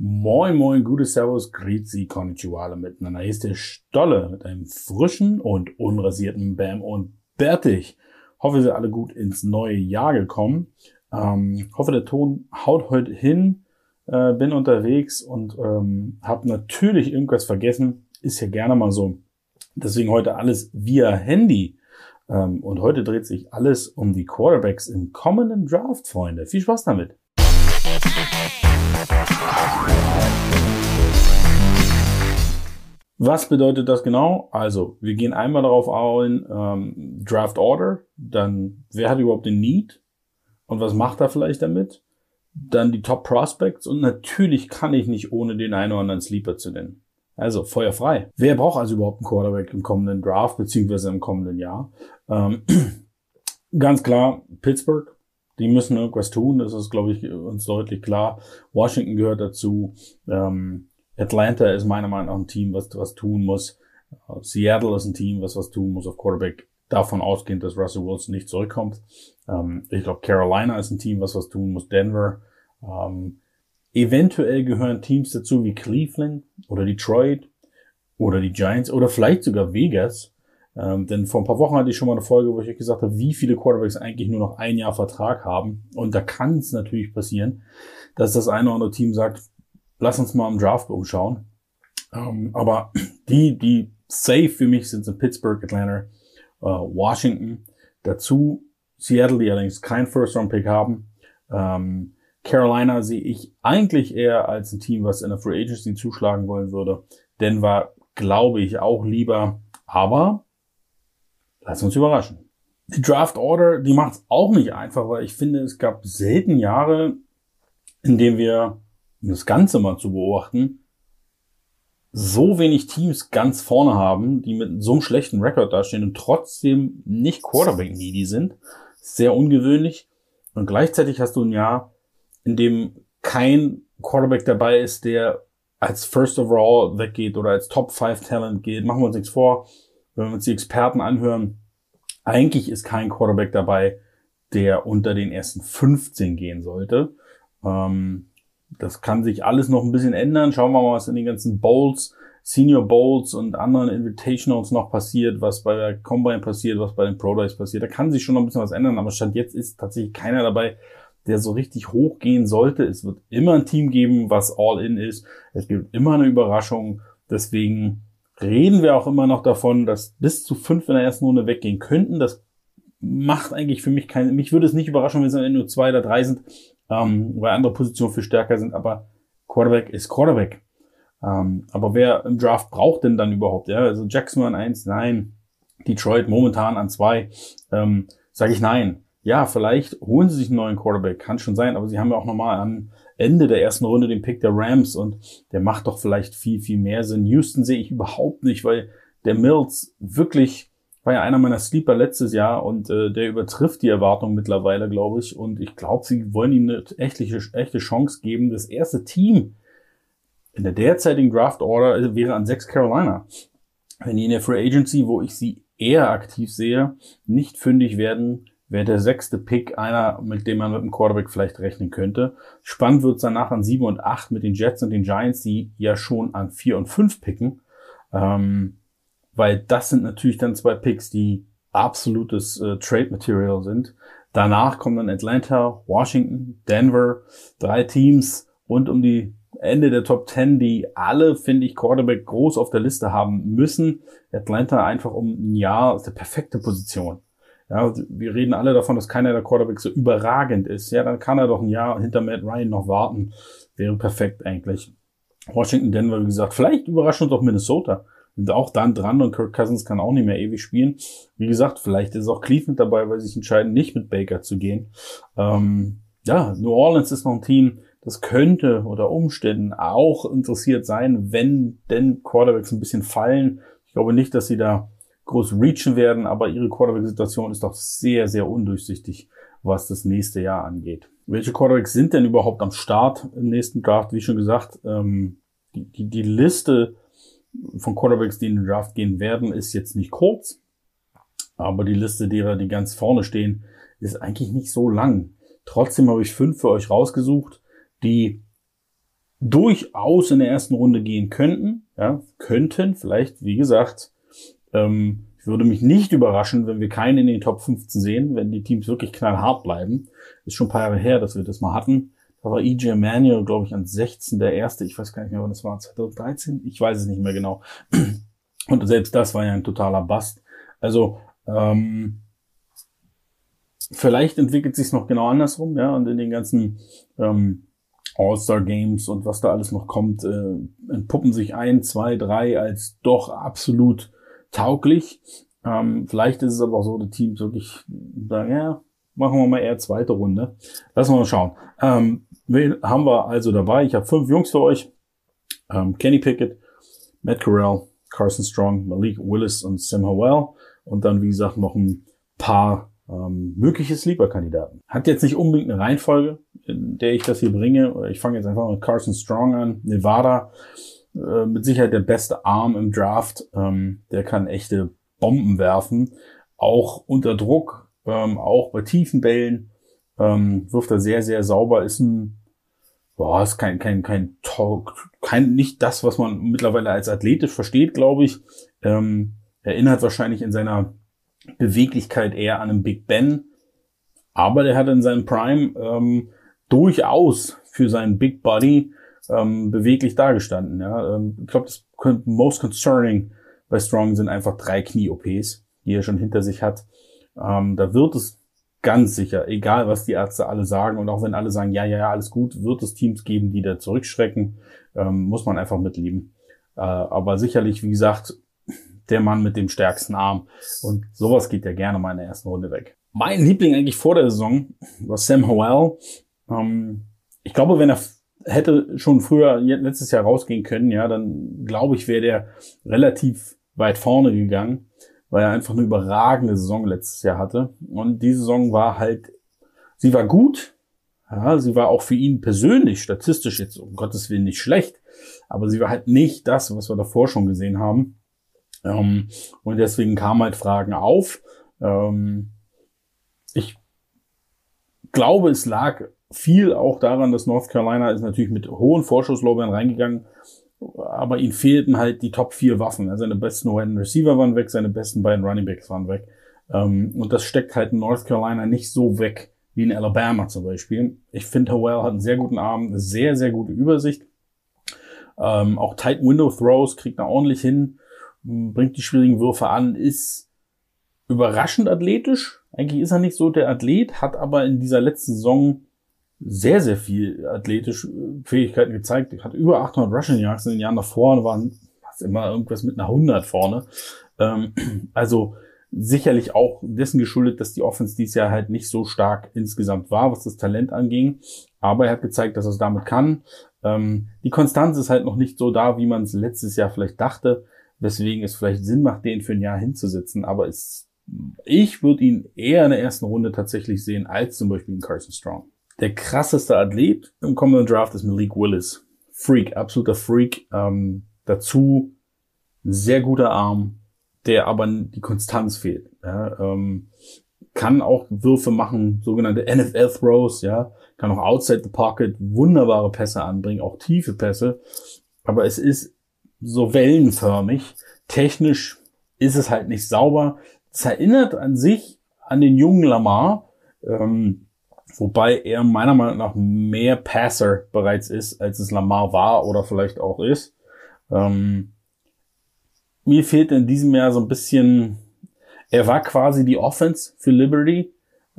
Moin, moin, gutes Servus, Grüezi, Konnichiwa alle miteinander. Hier ist der Stolle mit einem frischen und unrasierten Bam und Bärtig. Hoffe, ihr seid alle gut ins neue Jahr gekommen. Hoffe, der Ton haut heute hin. Bin unterwegs und habe natürlich irgendwas vergessen. Ist ja gerne mal so. Deswegen heute alles via Handy. Und heute dreht sich alles um die Quarterbacks im kommenden Draft, Freunde. Viel Spaß damit. Was bedeutet das genau? Also, wir gehen einmal darauf ein, Draft Order, dann wer hat überhaupt den Need und was macht er vielleicht damit? Dann die Top Prospects und natürlich kann ich nicht ohne den einen oder anderen Sleeper zu nennen. Also, Feuer frei. Wer braucht also überhaupt einen Quarterback im kommenden Draft beziehungsweise im kommenden Jahr? Ganz klar, Pittsburgh. Die müssen irgendwas tun, das ist, glaube ich, uns deutlich klar. Washington gehört dazu. Atlanta ist meiner Meinung nach ein Team, was tun muss. Seattle ist ein Team, was tun muss auf Quarterback. Davon ausgehend, dass Russell Wilson nicht zurückkommt. Ich glaube, Carolina ist ein Team, was tun muss. Denver. Eventuell gehören Teams dazu wie Cleveland oder Detroit oder die Giants oder vielleicht sogar Vegas. Denn vor ein paar Wochen hatte ich schon mal eine Folge, wo ich euch gesagt habe, wie viele Quarterbacks eigentlich nur noch ein Jahr Vertrag haben. Und da kann es natürlich passieren, dass das eine oder andere Team sagt, lass uns mal im Draft umschauen. Aber die safe für mich sind Pittsburgh, Atlanta, Washington. Dazu Seattle, die allerdings keinen First-Round-Pick haben. Carolina sehe ich eigentlich eher als ein Team, was in der Free Agency zuschlagen wollen würde. Denver glaube ich auch lieber. Aber lass uns überraschen. Die Draft Order, die macht es auch nicht einfach, weil ich finde, es gab selten Jahre, in denen wir, um das Ganze mal zu beobachten, so wenig Teams ganz vorne haben, die mit so einem schlechten Rekord dastehen und trotzdem nicht Quarterback-needy sind. Sehr ungewöhnlich. Und gleichzeitig hast du ein Jahr, in dem kein Quarterback dabei ist, der als First Overall weggeht oder als Top 5 Talent geht. Machen wir uns nichts vor. Wenn wir uns die Experten anhören, eigentlich ist kein Quarterback dabei, der unter den ersten 15 gehen sollte. Das kann sich alles noch ein bisschen ändern. Schauen wir mal, was in den ganzen Bowls, Senior Bowls und anderen Invitationals noch passiert, was bei der Combine passiert, was bei den Pro Days passiert. Da kann sich schon noch ein bisschen was ändern, aber Stand jetzt ist tatsächlich keiner dabei, der so richtig hochgehen sollte. Es wird immer ein Team geben, was All-In ist. Es gibt immer eine Überraschung. Deswegen reden wir auch immer noch davon, dass bis zu 5 in der ersten Runde weggehen könnten. Das macht eigentlich für mich mich würde es nicht überraschen, wenn es am Ende nur 2 oder 3 sind, weil andere Positionen viel stärker sind, aber Quarterback ist Quarterback. Aber wer im Draft braucht denn dann überhaupt? Ja, also Jackson an 1, nein. Detroit momentan an 2, sage ich nein. Ja, vielleicht holen sie sich einen neuen Quarterback, kann schon sein, aber sie haben ja auch nochmal am Ende der ersten Runde den Pick der Rams und der macht doch vielleicht viel, viel mehr Sinn. Houston sehe ich überhaupt nicht, weil der Mills wirklich war ja einer meiner Sleeper letztes Jahr und der übertrifft die Erwartungen mittlerweile, glaube ich. Und ich glaube, sie wollen ihm eine echte Chance geben. Das erste Team in der derzeitigen Draft Order wäre an 6 Carolina. Wenn die in der Free Agency, wo ich sie eher aktiv sehe, nicht fündig werden, wäre der 6. Pick einer, mit dem man mit dem Quarterback vielleicht rechnen könnte. Spannend wird es danach an 7 und 8 mit den Jets und den Giants, die ja schon an 4 und 5 picken. Weil das sind natürlich dann 2 Picks, die absolutes Trade-Material sind. Danach kommen dann Atlanta, Washington, Denver, 3 Teams rund um die Ende der Top 10, die alle, finde ich, Quarterback groß auf der Liste haben müssen. Atlanta einfach um ein Jahr ist der perfekte Position. Ja, wir reden alle davon, dass keiner der Quarterbacks so überragend ist. Ja, dann kann er doch ein Jahr hinter Matt Ryan noch warten. Wäre perfekt eigentlich. Washington, Denver, wie gesagt, vielleicht überrascht uns auch Minnesota. Sind auch dann dran und Kirk Cousins kann auch nicht mehr ewig spielen. Wie gesagt, vielleicht ist auch Cleveland dabei, weil sie sich entscheiden, nicht mit Baker zu gehen. New Orleans ist noch ein Team, das könnte unter Umständen auch interessiert sein, wenn denn Quarterbacks ein bisschen fallen. Ich glaube nicht, dass sie da groß reachen werden, aber ihre Quarterback-Situation ist doch sehr, sehr undurchsichtig, was das nächste Jahr angeht. Welche Quarterbacks sind denn überhaupt am Start im nächsten Draft? Wie schon gesagt, die Liste von Quarterbacks, die in den Draft gehen werden, ist jetzt nicht kurz, aber die Liste derer, die ganz vorne stehen, ist eigentlich nicht so lang. Trotzdem habe ich 5 für euch rausgesucht, die durchaus in der ersten Runde gehen könnten. Ja, könnten, vielleicht, wie gesagt, ich würde mich nicht überraschen, wenn wir keinen in den Top 15 sehen, wenn die Teams wirklich knallhart bleiben. Ist schon ein paar Jahre her, dass wir das mal hatten. Da war E.J. Manuel, glaube ich, an 16 der Erste. Ich weiß gar nicht mehr, wann das war, 2013? Ich weiß es nicht mehr genau. Und selbst das war ja ein totaler Bust. Also, vielleicht entwickelt sich's noch genau andersrum, ja, und in den ganzen All-Star-Games und was da alles noch kommt, entpuppen sich 1, 2, 3 als doch absolut tauglich. Vielleicht ist es aber auch so, die Teams wirklich sagen, ja, machen wir mal eher zweite Runde. Lassen wir mal schauen. Wen haben wir also dabei? Ich habe 5 Jungs für euch. Kenny Pickett, Matt Corral, Carson Strong, Malik Willis und Sam Howell. Und dann, wie gesagt, noch ein paar mögliche Sleeper-Kandidaten. Hat jetzt nicht unbedingt eine Reihenfolge, in der ich das hier bringe. Ich fange jetzt einfach mit Carson Strong an. Nevada, mit Sicherheit der beste Arm im Draft. Der kann echte Bomben werfen. Auch unter Druck, auch bei tiefen Bällen. Wirft er sehr, sehr sauber. Ist nicht das, was man mittlerweile als athletisch versteht, glaube ich. Erinnert wahrscheinlich in seiner Beweglichkeit eher an einen Big Ben. Aber der hat in seinem Prime durchaus für seinen Big Body beweglich dargestanden. Ja. Ich glaube, das most concerning bei Strong sind einfach 3 Knie-OPs, die er schon hinter sich hat. Da wird es ganz sicher, egal was die Ärzte alle sagen und auch wenn alle sagen, ja, alles gut, wird es Teams geben, die da zurückschrecken. Muss man einfach mitlieben. Aber sicherlich, wie gesagt, der Mann mit dem stärksten Arm. Und sowas geht ja gerne mal in der ersten Runde weg. Mein Liebling eigentlich vor der Saison war Sam Howell. Ich glaube, wenn er hätte schon früher letztes Jahr rausgehen können, ja, dann glaube ich, wäre der relativ weit vorne gegangen, weil er einfach eine überragende Saison letztes Jahr hatte. Und die Saison war halt, sie war gut. Ja, sie war auch für ihn persönlich, statistisch jetzt um Gottes Willen nicht schlecht. Aber sie war halt nicht das, was wir davor schon gesehen haben. Und deswegen kamen halt Fragen auf. Ich glaube, es lag viel auch daran, dass North Carolina ist natürlich mit hohen Vorschusslorbeeren reingegangen, aber ihnen fehlten halt die Top 4 Waffen. Seine besten Wide Receiver waren weg, seine besten beiden Running Backs waren weg. Und das steckt halt in North Carolina nicht so weg wie in Alabama zum Beispiel. Ich finde, Howell hat einen sehr guten Arm, eine sehr, sehr gute Übersicht. Auch Tight Window Throws kriegt er ordentlich hin, bringt die schwierigen Würfe an, ist überraschend athletisch. Eigentlich ist er nicht so der Athlet, hat aber in dieser letzten Saison sehr, sehr viel athletische Fähigkeiten gezeigt. Hat über 800 Rushing Yards in den Jahren davor, waren fast immer irgendwas mit einer 100 vorne. Also sicherlich auch dessen geschuldet, dass die Offense dieses Jahr halt nicht so stark insgesamt war, was das Talent anging. Aber er hat gezeigt, dass er es damit kann. Die Konstanz ist halt noch nicht so da, wie man es letztes Jahr vielleicht dachte, weswegen es vielleicht Sinn macht, den für ein Jahr hinzusetzen. Aber ich würde ihn eher in der ersten Runde tatsächlich sehen, als zum Beispiel in Carson Strong. Der krasseste Athlet im kommenden Draft ist Malik Willis. Freak, absoluter Freak. Dazu ein sehr guter Arm, der aber die Konstanz fehlt. Ja, kann auch Würfe machen, sogenannte NFL-Throws, ja, kann auch outside the pocket wunderbare Pässe anbringen, auch tiefe Pässe. Aber es ist so wellenförmig. Technisch ist es halt nicht sauber. Es erinnert an sich an den jungen Lamar, wobei er meiner Meinung nach mehr Passer bereits ist, als es Lamar war oder vielleicht auch ist. Mir fehlt in diesem Jahr so ein bisschen, er war quasi die Offense für Liberty,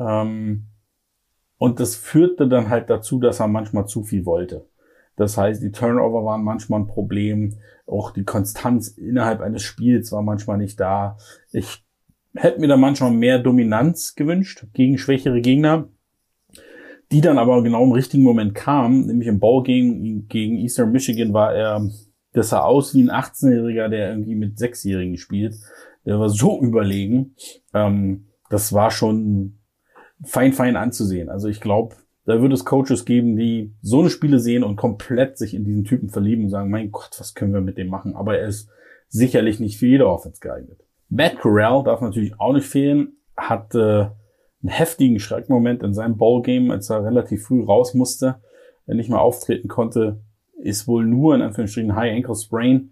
und das führte dann halt dazu, dass er manchmal zu viel wollte. Das heißt, die Turnover waren manchmal ein Problem, auch die Konstanz innerhalb eines Spiels war manchmal nicht da. Ich hätte mir da manchmal mehr Dominanz gewünscht gegen schwächere Gegner, die dann aber genau im richtigen Moment kamen, nämlich im Bowl gegen Eastern Michigan das sah aus wie ein 18-Jähriger, der irgendwie mit 6-Jährigen spielt. Der war so überlegen. Das war schon fein anzusehen. Also ich glaube, da würde es Coaches geben, die so eine Spiele sehen und komplett sich in diesen Typen verlieben und sagen, mein Gott, was können wir mit dem machen? Aber er ist sicherlich nicht für jede Offense geeignet. Matt Corral darf natürlich auch nicht fehlen. Hat einen heftigen Schreckmoment in seinem Ballgame, als er relativ früh raus musste, er nicht mehr auftreten konnte. ist wohl nur in Anführungsstrichen High Ankle Sprain.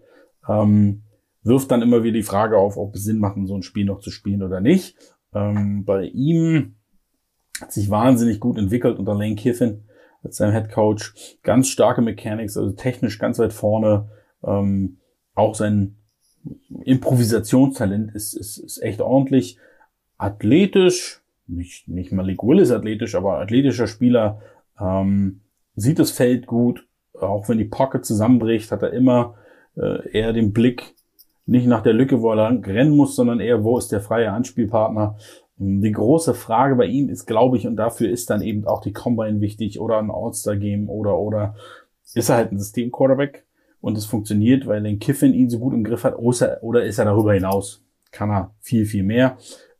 Wirft dann immer wieder die Frage auf, ob es Sinn macht, so ein Spiel noch zu spielen oder nicht. Bei ihm hat sich wahnsinnig gut entwickelt unter Lane Kiffin als seinem Head Coach. Ganz starke Mechanics, also technisch ganz weit vorne. Auch sein Improvisationstalent ist echt ordentlich. Athletisch, nicht Malik Willis athletisch, aber athletischer Spieler, sieht das Feld gut. Auch wenn die Pocket zusammenbricht, hat er immer eher den Blick nicht nach der Lücke, wo er lang rennen muss, sondern eher, wo ist der freie Anspielpartner. Die große Frage bei ihm ist, glaube ich, und dafür ist dann eben auch die Combine wichtig oder ein All-Star-Game oder ist er halt ein System-Quarterback und es funktioniert, weil Lane Kiffin ihn so gut im Griff hat, oder ist er darüber hinaus? Kann er viel, viel mehr.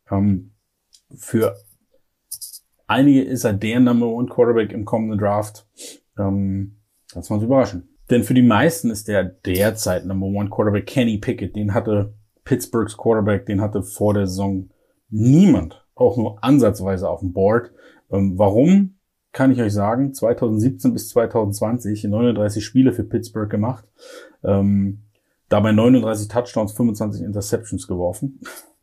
Für einige ist er der Number One Quarterback im kommenden Draft. Lass uns überraschen. Denn für die meisten ist der derzeit Number One Quarterback Kenny Pickett. Den hatte Pittsburghs Quarterback, den hatte vor der Saison niemand, auch nur ansatzweise auf dem Board. Warum, kann ich euch sagen. 2017 bis 2020 39 Spiele für Pittsburgh gemacht. Dabei 39 Touchdowns, 25 Interceptions geworfen.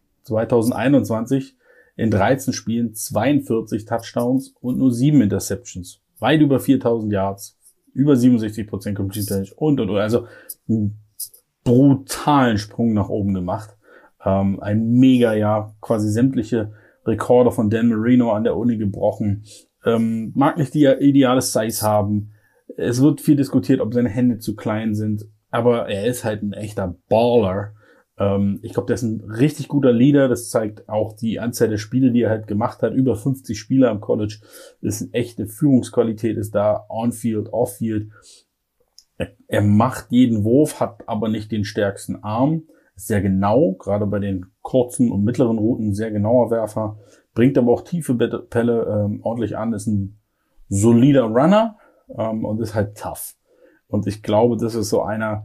2021 in 13 Spielen 42 Touchdowns und nur 7 Interceptions. Weit über 4000 Yards, über 67% Completion Percentage und. Also einen brutalen Sprung nach oben gemacht. Ein Mega-Jahr, quasi sämtliche Rekorde von Dan Marino an der Uni gebrochen. Mag nicht die ideale Size haben. Es wird viel diskutiert, ob seine Hände zu klein sind. Aber er ist halt ein echter Baller. Ich glaube, der ist ein richtig guter Leader. Das zeigt auch die Anzahl der Spiele, die er halt gemacht hat. Über 50 Spieler am College. Das ist eine echte Führungsqualität, ist da on-field, off-field. Er macht jeden Wurf, hat aber nicht den stärksten Arm. Ist sehr genau, gerade bei den kurzen und mittleren Routen, sehr genauer Werfer. Bringt aber auch tiefe Bälle ordentlich an. Ist ein solider Runner und ist halt tough. Und ich glaube, das ist so einer...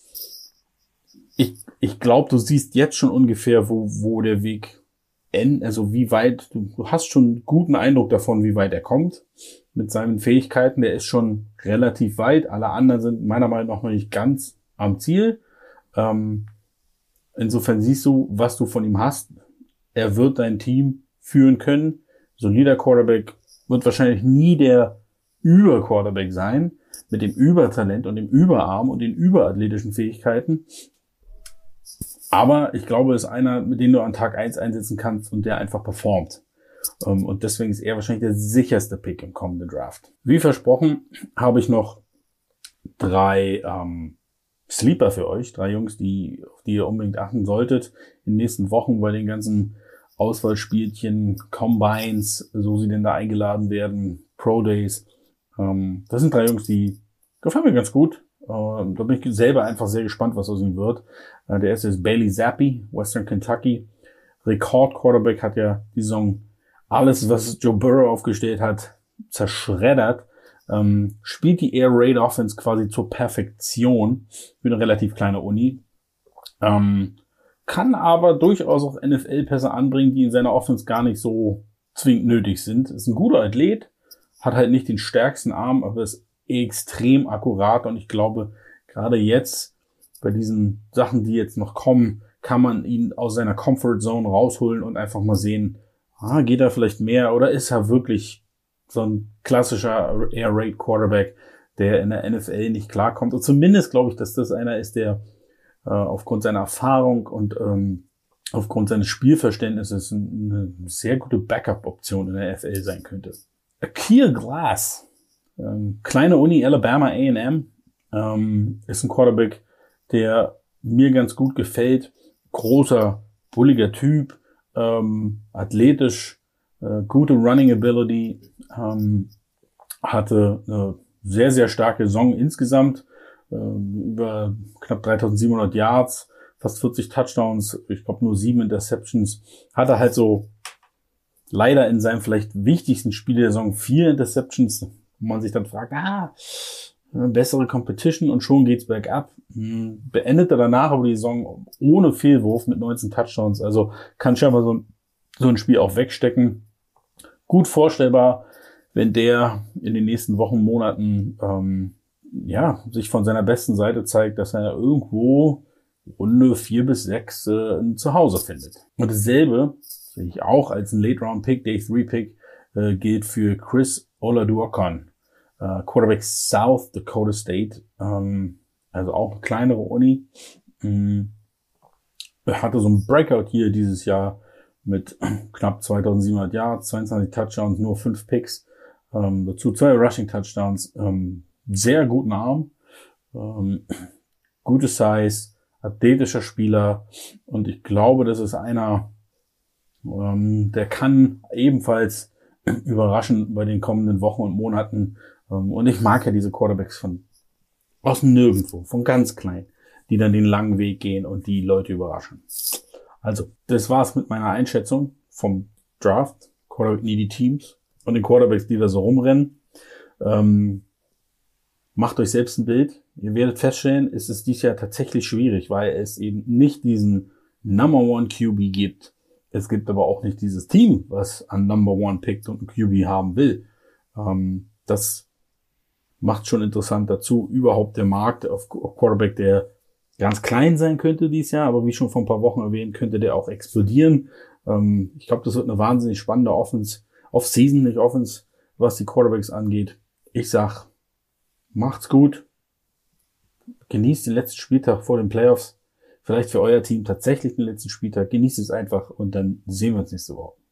Ich glaube, du siehst jetzt schon ungefähr, wo der Weg endet, also wie weit, du hast schon einen guten Eindruck davon, wie weit er kommt mit seinen Fähigkeiten. Der ist schon relativ weit. Alle anderen sind meiner Meinung nach noch nicht ganz am Ziel. Insofern siehst du, was du von ihm hast. Er wird dein Team führen können. Solider Quarterback, wird wahrscheinlich nie der Über-Quarterback sein, mit dem Übertalent und dem Überarm und den überathletischen Fähigkeiten. Aber ich glaube, es ist einer, mit dem du an Tag 1 einsetzen kannst und der einfach performt. Und deswegen ist er wahrscheinlich der sicherste Pick im kommenden Draft. Wie versprochen, habe ich noch 3 Sleeper für euch. 3 Jungs, auf die ihr unbedingt achten solltet in den nächsten Wochen bei den ganzen Auswahlspielchen, Combines, so sie denn da eingeladen werden, Pro Days. Das sind 3 Jungs, die gefallen mir ganz gut. Da bin ich selber einfach sehr gespannt, was aus ihm wird. Der erste ist Bailey Zappi, Western Kentucky. Rekord-Quarterback, hat ja die Saison alles, was Joe Burrow aufgestellt hat, zerschreddert. Spielt die Air Raid Offense quasi zur Perfektion für eine relativ kleine Uni. Kann aber durchaus auch NFL-Pässe anbringen, die in seiner Offense gar nicht so zwingend nötig sind. Ist ein guter Athlet, hat halt nicht den stärksten Arm, aber ist extrem akkurat und ich glaube, gerade jetzt bei diesen Sachen, die jetzt noch kommen, kann man ihn aus seiner Comfort Zone rausholen und einfach mal sehen, geht er vielleicht mehr oder ist er wirklich so ein klassischer Air Raid Quarterback, der in der NFL nicht klarkommt. Und zumindest glaube ich, dass das einer ist, der aufgrund seiner Erfahrung und aufgrund seines Spielverständnisses eine sehr gute Backup-Option in der NFL sein könnte. Akil Glass, kleine Uni, Alabama A&M, ist ein Quarterback, der mir ganz gut gefällt. Großer, bulliger Typ, athletisch, gute Running Ability, hatte eine sehr, sehr starke Saison insgesamt, über knapp 3700 Yards, fast 40 Touchdowns, ich glaube nur 7 Interceptions, hatte halt so leider in seinem vielleicht wichtigsten Spiel der Saison 4 Interceptions, wo man sich dann fragt, bessere Competition und schon geht's bergab. Beendete danach aber die Saison ohne Fehlwurf mit 19 Touchdowns, also kann scheinbar so ein Spiel auch wegstecken. Gut vorstellbar, wenn der in den nächsten Wochen, Monaten ja, sich von seiner besten Seite zeigt, dass er irgendwo Runde 4 bis 6 ein Zuhause findet. Und dasselbe sehe ich auch als ein Late-Round-Pick, Day-3-Pick, gilt für Chris Olajuwon, Quarterback South Dakota State, also auch eine kleinere Uni. Er hatte so einen Breakout hier dieses Jahr mit knapp 2700 Yards, 22 Touchdowns, nur 5 Picks, dazu 2 Rushing Touchdowns, sehr guten Arm, gute Size, athletischer Spieler, und ich glaube, das ist einer, der kann ebenfalls überraschen bei den kommenden Wochen und Monaten. Und ich mag ja diese Quarterbacks von aus dem Nirgendwo, von ganz klein, die dann den langen Weg gehen und die Leute überraschen. Also, das war's mit meiner Einschätzung vom Draft, Quarterback-Needy Teams und den Quarterbacks, die da so rumrennen. Macht euch selbst ein Bild. Ihr werdet feststellen, es ist dieses Jahr tatsächlich schwierig, weil es eben nicht diesen Number One QB gibt. Es gibt aber auch nicht dieses Team, was an Number One pickt und einen QB haben will. Das macht schon interessant dazu. Überhaupt der Markt auf Quarterback, der ganz klein sein könnte dieses Jahr, aber wie schon vor ein paar Wochen erwähnt, könnte der auch explodieren. Ich glaube, das wird eine wahnsinnig spannende Off-Season, nicht Offense, was die Quarterbacks angeht. Ich sag, macht's gut. Genießt den letzten Spieltag vor den Playoffs. Vielleicht für euer Team tatsächlich den letzten Spieltag. Genießt es einfach und dann sehen wir uns nächste Woche.